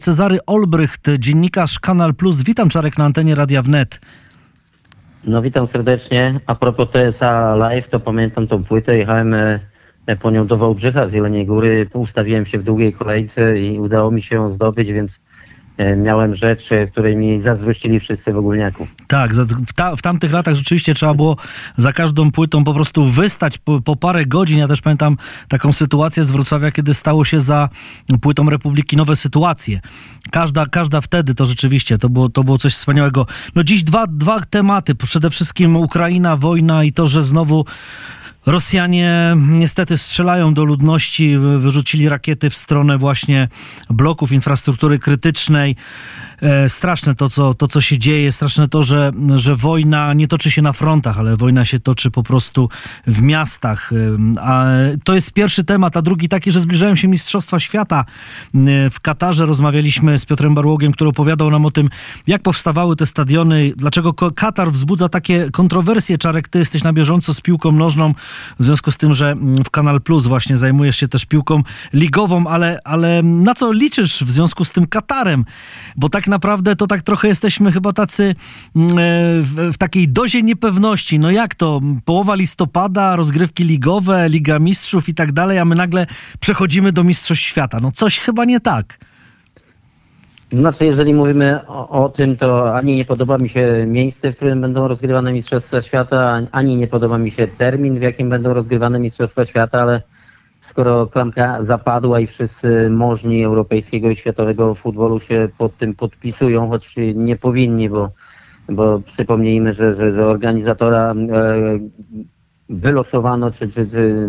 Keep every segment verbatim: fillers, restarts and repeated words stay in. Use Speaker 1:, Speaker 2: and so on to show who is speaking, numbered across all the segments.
Speaker 1: Cezary Olbrycht, dziennikarz Kanal Plus. Witam, Czarek, na antenie Radia Wnet.
Speaker 2: No witam serdecznie. A propos T S A Live, to pamiętam tą płytę. Jechałem po nią do Wałbrzycha z Jeleniej Góry. Ustawiłem się w długiej kolejce i udało mi się ją zdobyć, więc miałem rzecz, której mi zazdrościli wszyscy w Ogólniaku.
Speaker 1: Tak, w, ta, w tamtych latach rzeczywiście trzeba było za każdą płytą po prostu wystać po, po parę godzin. Ja też pamiętam taką sytuację z Wrocławia, kiedy stało się za płytą Republiki Nowe Sytuacje. Każda, każda wtedy to rzeczywiście, to było, to było coś wspaniałego. No dziś dwa, dwa tematy. Przede wszystkim Ukraina, wojna i to, że znowu Rosjanie niestety strzelają do ludności, wyrzucili rakiety w stronę właśnie bloków infrastruktury krytycznej. E, straszne to co, to, co się dzieje, straszne to, że, że wojna nie toczy się na frontach, ale wojna się toczy po prostu w miastach. E, a to jest pierwszy temat, a drugi taki, że zbliżają się Mistrzostwa Świata. E, w Katarze rozmawialiśmy z Piotrem Barłogiem, który opowiadał nam o tym, jak powstawały te stadiony, dlaczego Katar wzbudza takie kontrowersje. Czarek, ty jesteś na bieżąco z piłką nożną, w związku z tym, że w Kanal Plus właśnie zajmujesz się też piłką ligową, ale, ale na co liczysz w związku z tym Katarem? Bo tak naprawdę to tak trochę jesteśmy chyba tacy w, w takiej dozie niepewności. No jak to? Połowa listopada, rozgrywki ligowe, Liga Mistrzów i tak dalej, a my nagle przechodzimy do Mistrzostw Świata. No coś chyba nie tak.
Speaker 2: Znaczy, jeżeli mówimy o, o tym, to ani nie podoba mi się miejsce, w którym będą rozgrywane Mistrzostwa Świata, ani nie podoba mi się termin, w jakim będą rozgrywane Mistrzostwa Świata, ale skoro klamka zapadła i wszyscy możni europejskiego i światowego futbolu się pod tym podpisują, choć nie powinni, bo, bo przypomnijmy, że, że, że organizatora e, wylosowano, czy, czy, czy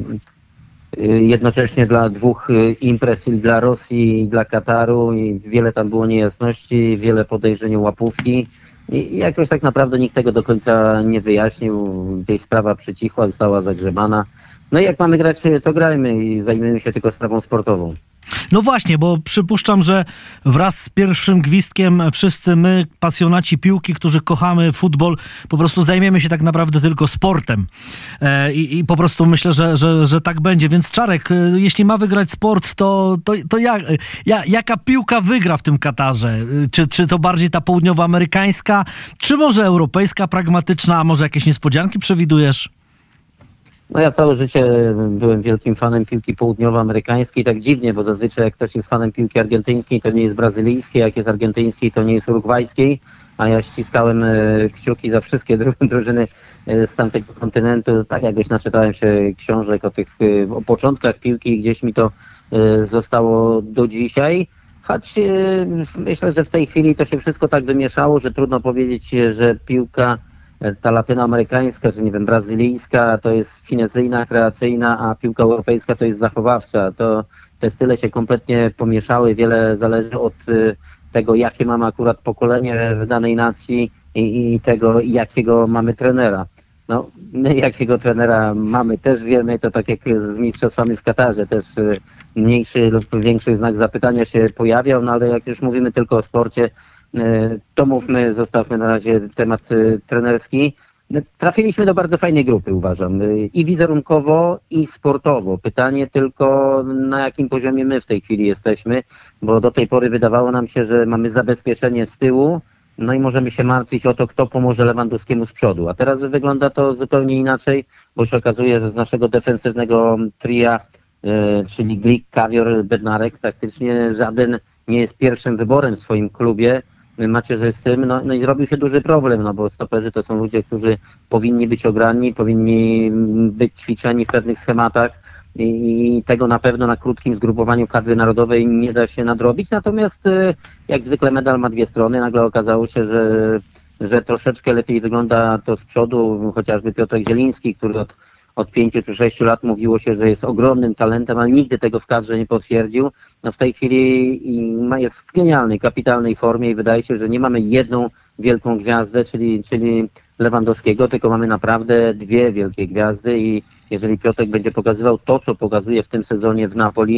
Speaker 2: jednocześnie dla dwóch imprez, i dla Rosji i dla Kataru, i wiele tam było niejasności, wiele podejrzeń o łapówki i jakoś tak naprawdę nikt tego do końca nie wyjaśnił. Gdzieś sprawa przycichła, została zagrzebana. No i jak mamy grać, to grajmy i zajmujemy się tylko sprawą sportową.
Speaker 1: No właśnie, bo przypuszczam, że wraz z pierwszym gwizdkiem wszyscy my, pasjonaci piłki, którzy kochamy futbol, po prostu zajmiemy się tak naprawdę tylko sportem. E, i, I po prostu myślę, że, że, że tak będzie. Więc Czarek, jeśli ma wygrać sport, to, to, to jak, ja, jaka piłka wygra w tym Katarze? Czy, czy to bardziej ta południowoamerykańska, czy może europejska, pragmatyczna, a może jakieś niespodzianki przewidujesz?
Speaker 2: No ja całe życie byłem wielkim fanem piłki południowoamerykańskiej, tak dziwnie, bo zazwyczaj jak ktoś jest fanem piłki argentyńskiej, to nie jest brazylijskiej, jak jest argentyńskiej, to nie jest urugwajskiej, a ja ściskałem kciuki za wszystkie drużyny z tamtego kontynentu. Tak jakoś naczytałem się książek o tych o początkach piłki i gdzieś mi to zostało do dzisiaj. Choć myślę, że w tej chwili to się wszystko tak wymieszało, że trudno powiedzieć, że piłka ta latynoamerykańska, czy nie wiem, brazylijska, to jest finezyjna, kreacyjna, a piłka europejska to jest zachowawcza. To te style się kompletnie pomieszały. Wiele zależy od tego, jakie mamy akurat pokolenie w danej nacji i, i tego, jakiego mamy trenera. No, my jakiego trenera mamy, też wiemy, to tak jak z mistrzostwami w Katarze, też mniejszy lub większy znak zapytania się pojawiał, no ale jak już mówimy tylko o sporcie, to mówmy, zostawmy na razie temat trenerski. Trafiliśmy do bardzo fajnej grupy, uważam, i wizerunkowo, i sportowo. Pytanie tylko, na jakim poziomie my w tej chwili jesteśmy, bo do tej pory wydawało nam się, że mamy zabezpieczenie z tyłu, no i możemy się martwić o to, kto pomoże Lewandowskiemu z przodu. A teraz wygląda to zupełnie inaczej, bo się okazuje, że z naszego defensywnego tria, czyli Glik, Kawior, Bednarek, praktycznie żaden nie jest pierwszym wyborem w swoim klubie. Macierze z tym, no, no i zrobił się duży problem, no bo stoperzy to są ludzie, którzy powinni być ograni, powinni być ćwiczeni w pewnych schematach i, i tego na pewno na krótkim zgrupowaniu kadry narodowej nie da się nadrobić. Natomiast jak zwykle medal ma dwie strony. Nagle okazało się, że, że troszeczkę lepiej wygląda to z przodu, chociażby Piotrek Zieliński, który od Od pięciu czy sześciu lat mówiło się, że jest ogromnym talentem, ale nigdy tego w kadrze nie potwierdził. No w tej chwili jest w genialnej, kapitalnej formie i wydaje się, że nie mamy jedną wielką gwiazdę, czyli, czyli Lewandowskiego, tylko mamy naprawdę dwie wielkie gwiazdy i jeżeli Piotrek będzie pokazywał to, co pokazuje w tym sezonie w Napoli,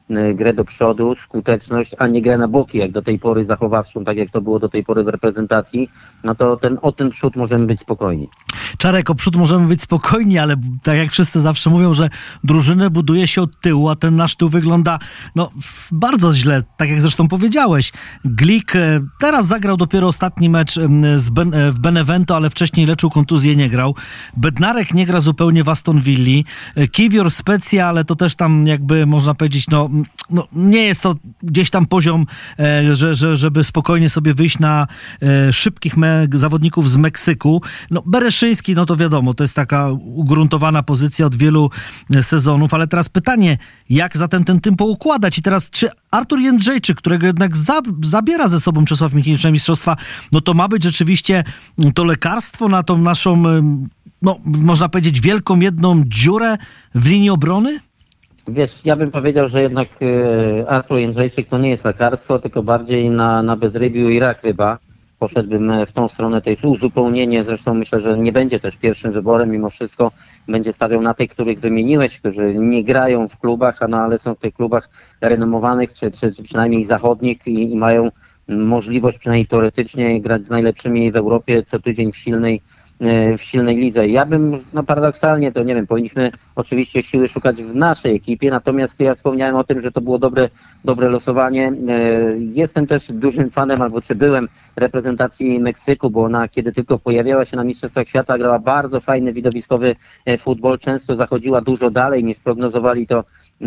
Speaker 2: grę do przodu, skuteczność, a nie grę na boki, jak do tej pory zachowawczą, tak jak to było do tej pory w reprezentacji, no to ten, o ten przód możemy być spokojni.
Speaker 1: Czarek, o przód możemy być spokojni, ale tak jak wszyscy zawsze mówią, że drużynę buduje się od tyłu, a ten nasz tył wygląda no bardzo źle, tak jak zresztą powiedziałeś. Glik teraz zagrał dopiero ostatni mecz z ben, w Benevento, ale wcześniej leczył kontuzję, nie grał. Bednarek nie gra zupełnie w Aston Villi. Kiwior Specja, ale to też tam jakby można powiedzieć, no, no nie jest to gdzieś tam poziom, że, że, żeby spokojnie sobie wyjść na szybkich me, zawodników z Meksyku. No Bereszyński, no to wiadomo, to jest taka ugruntowana pozycja od wielu sezonów, ale teraz pytanie, jak zatem ten tym poukładać? I teraz, czy Artur Jędrzejczyk, którego jednak za, zabiera ze sobą Czesław Michniewicz na mistrzostwa, no to ma być rzeczywiście to lekarstwo na tą naszą, no można powiedzieć, wielką jedną dziurę w linii obrony?
Speaker 2: Wiesz, ja bym powiedział, że jednak Artur Jędrzejczyk to nie jest lekarstwo, tylko bardziej na, na bezrybiu i rak ryba. Poszedłbym w tą stronę, to jest uzupełnienie, zresztą myślę, że nie będzie też pierwszym wyborem, mimo wszystko będzie stawiał na tych, których wymieniłeś, którzy nie grają w klubach, a no, ale są w tych klubach renomowanych, czy, czy, czy przynajmniej zachodnich i, i mają możliwość przynajmniej teoretycznie grać z najlepszymi w Europie co tydzień w silnej w silnej lidze. Ja bym, no paradoksalnie, to nie wiem, powinniśmy oczywiście siły szukać w naszej ekipie, natomiast ja wspomniałem o tym, że to było dobre, dobre losowanie. Jestem też dużym fanem, albo czy byłem, reprezentacji Meksyku, bo ona, kiedy tylko pojawiała się na Mistrzostwach Świata, grała bardzo fajny, widowiskowy futbol, często zachodziła dużo dalej niż prognozowali to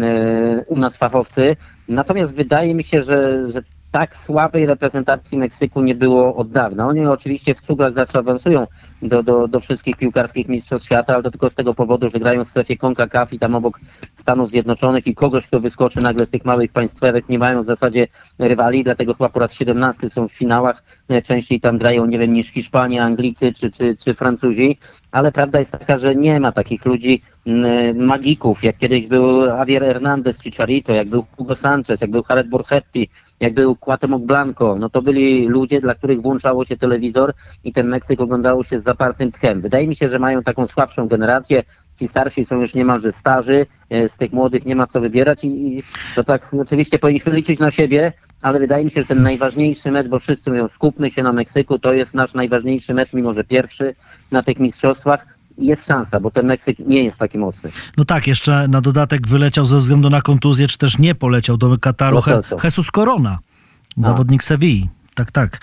Speaker 2: u nas fachowcy. Natomiast wydaje mi się, że, że tak słabej reprezentacji Meksyku nie było od dawna. Oni oczywiście w cuglach zawsze awansują do, do, do wszystkich piłkarskich mistrzostw świata, ale to tylko z tego powodu, że grają w strefie CONCACAF i tam obok Stanów Zjednoczonych i kogoś, kto wyskoczy nagle z tych małych państwek, nie mają w zasadzie rywali, dlatego chyba po raz siedemnasty są w finałach. Częściej tam grają, nie wiem, niż Hiszpania, Anglicy czy, czy, czy Francuzi, ale prawda jest taka, że nie ma takich ludzi, magików, jak kiedyś był Javier Hernandez Chicharito, jak był Hugo Sanchez, jak był Jared Borgetti, jak był Cuauhtémoc Blanco, no to byli ludzie, dla których włączało się telewizor i ten Meksyk oglądało się z zapartym tchem. Wydaje mi się, że mają taką słabszą generację, ci starsi są już niemalże starzy, z tych młodych nie ma co wybierać i to tak oczywiście powinniśmy liczyć na siebie, ale wydaje mi się, że ten najważniejszy mecz, bo wszyscy mówią, skupmy się na Meksyku, to jest nasz najważniejszy mecz, mimo że pierwszy na tych mistrzostwach. Jest szansa, bo ten Meksyk nie jest taki mocny. No
Speaker 1: tak, jeszcze na dodatek wyleciał ze względu na kontuzję, czy też nie poleciał do Kataru He- Jesus Corona, zawodnik Sewilli. Tak, tak.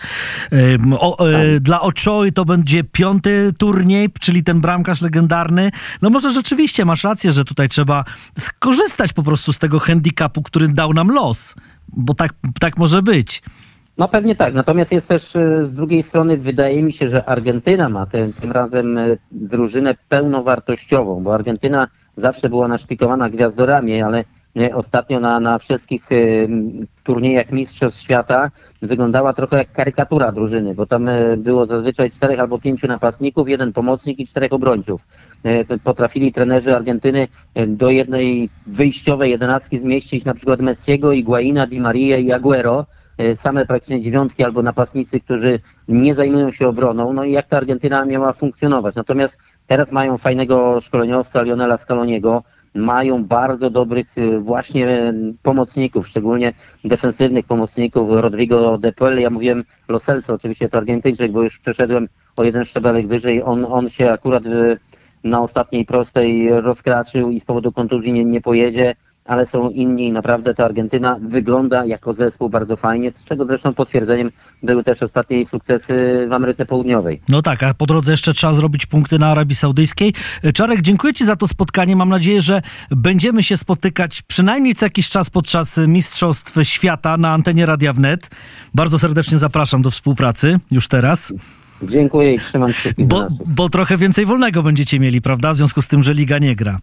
Speaker 1: O, e, dla Ochoy to będzie piąty turniej, czyli ten bramkarz legendarny. No może rzeczywiście masz rację, że tutaj trzeba skorzystać po prostu z tego handicapu, który dał nam los, bo tak, tak może być.
Speaker 2: No pewnie tak, natomiast jest też z drugiej strony, wydaje mi się, że Argentyna ma ten, tym razem drużynę pełnowartościową, bo Argentyna zawsze była naszpikowana gwiazdorami, ale ostatnio na, na wszystkich y, turniejach Mistrzostw Świata wyglądała trochę jak karykatura drużyny, bo tam y, było zazwyczaj czterech albo pięciu napastników, jeden pomocnik i czterech obrońców. Y, potrafili trenerzy Argentyny y, do jednej wyjściowej jedenastki zmieścić na przykład Messiego, Higuaina, Di Maria i Agüero, same praktycznie dziewiątki albo napastnicy, którzy nie zajmują się obroną, no i jak ta Argentyna miała funkcjonować. Natomiast teraz mają fajnego szkoleniowca Lionela Scaloniego, mają bardzo dobrych właśnie pomocników, szczególnie defensywnych pomocników, Rodrigo de Paul, ja mówiłem Lo Celso, oczywiście to Argentyńczyk, bo już przeszedłem o jeden szczebelek wyżej, on, on się akurat na ostatniej prostej rozkraczył i z powodu kontuzji nie, nie pojedzie, ale są inni. Naprawdę ta Argentyna wygląda jako zespół bardzo fajnie, z czego zresztą potwierdzeniem były też ostatnie jej sukcesy w Ameryce Południowej.
Speaker 1: No tak, a po drodze jeszcze trzeba zrobić punkty na Arabii Saudyjskiej. Czarek, dziękuję Ci za to spotkanie. Mam nadzieję, że będziemy się spotykać przynajmniej co jakiś czas podczas Mistrzostw Świata na antenie Radia Wnet. Bardzo serdecznie zapraszam do współpracy już teraz.
Speaker 2: Dziękuję i trzymam kciuki za
Speaker 1: bo, bo trochę więcej wolnego będziecie mieli, prawda? W związku z tym, że Liga nie gra.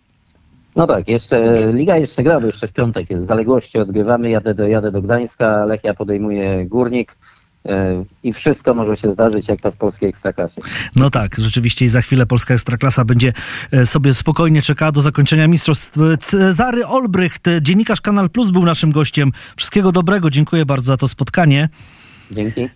Speaker 2: No tak, jeszcze Liga jeszcze gra, bo jeszcze w piątek jest zaległości, odgrywamy, jadę do, jadę do Gdańska, Lechia podejmuje Górnik yy, i wszystko może się zdarzyć, jak to w polskiej Ekstraklasie.
Speaker 1: No tak, rzeczywiście i za chwilę polska Ekstraklasa będzie sobie spokojnie czekała do zakończenia mistrzostw. Cezary Olbrycht, dziennikarz Kanal Plus był naszym gościem. Wszystkiego dobrego, dziękuję bardzo za to spotkanie.
Speaker 2: Dzięki.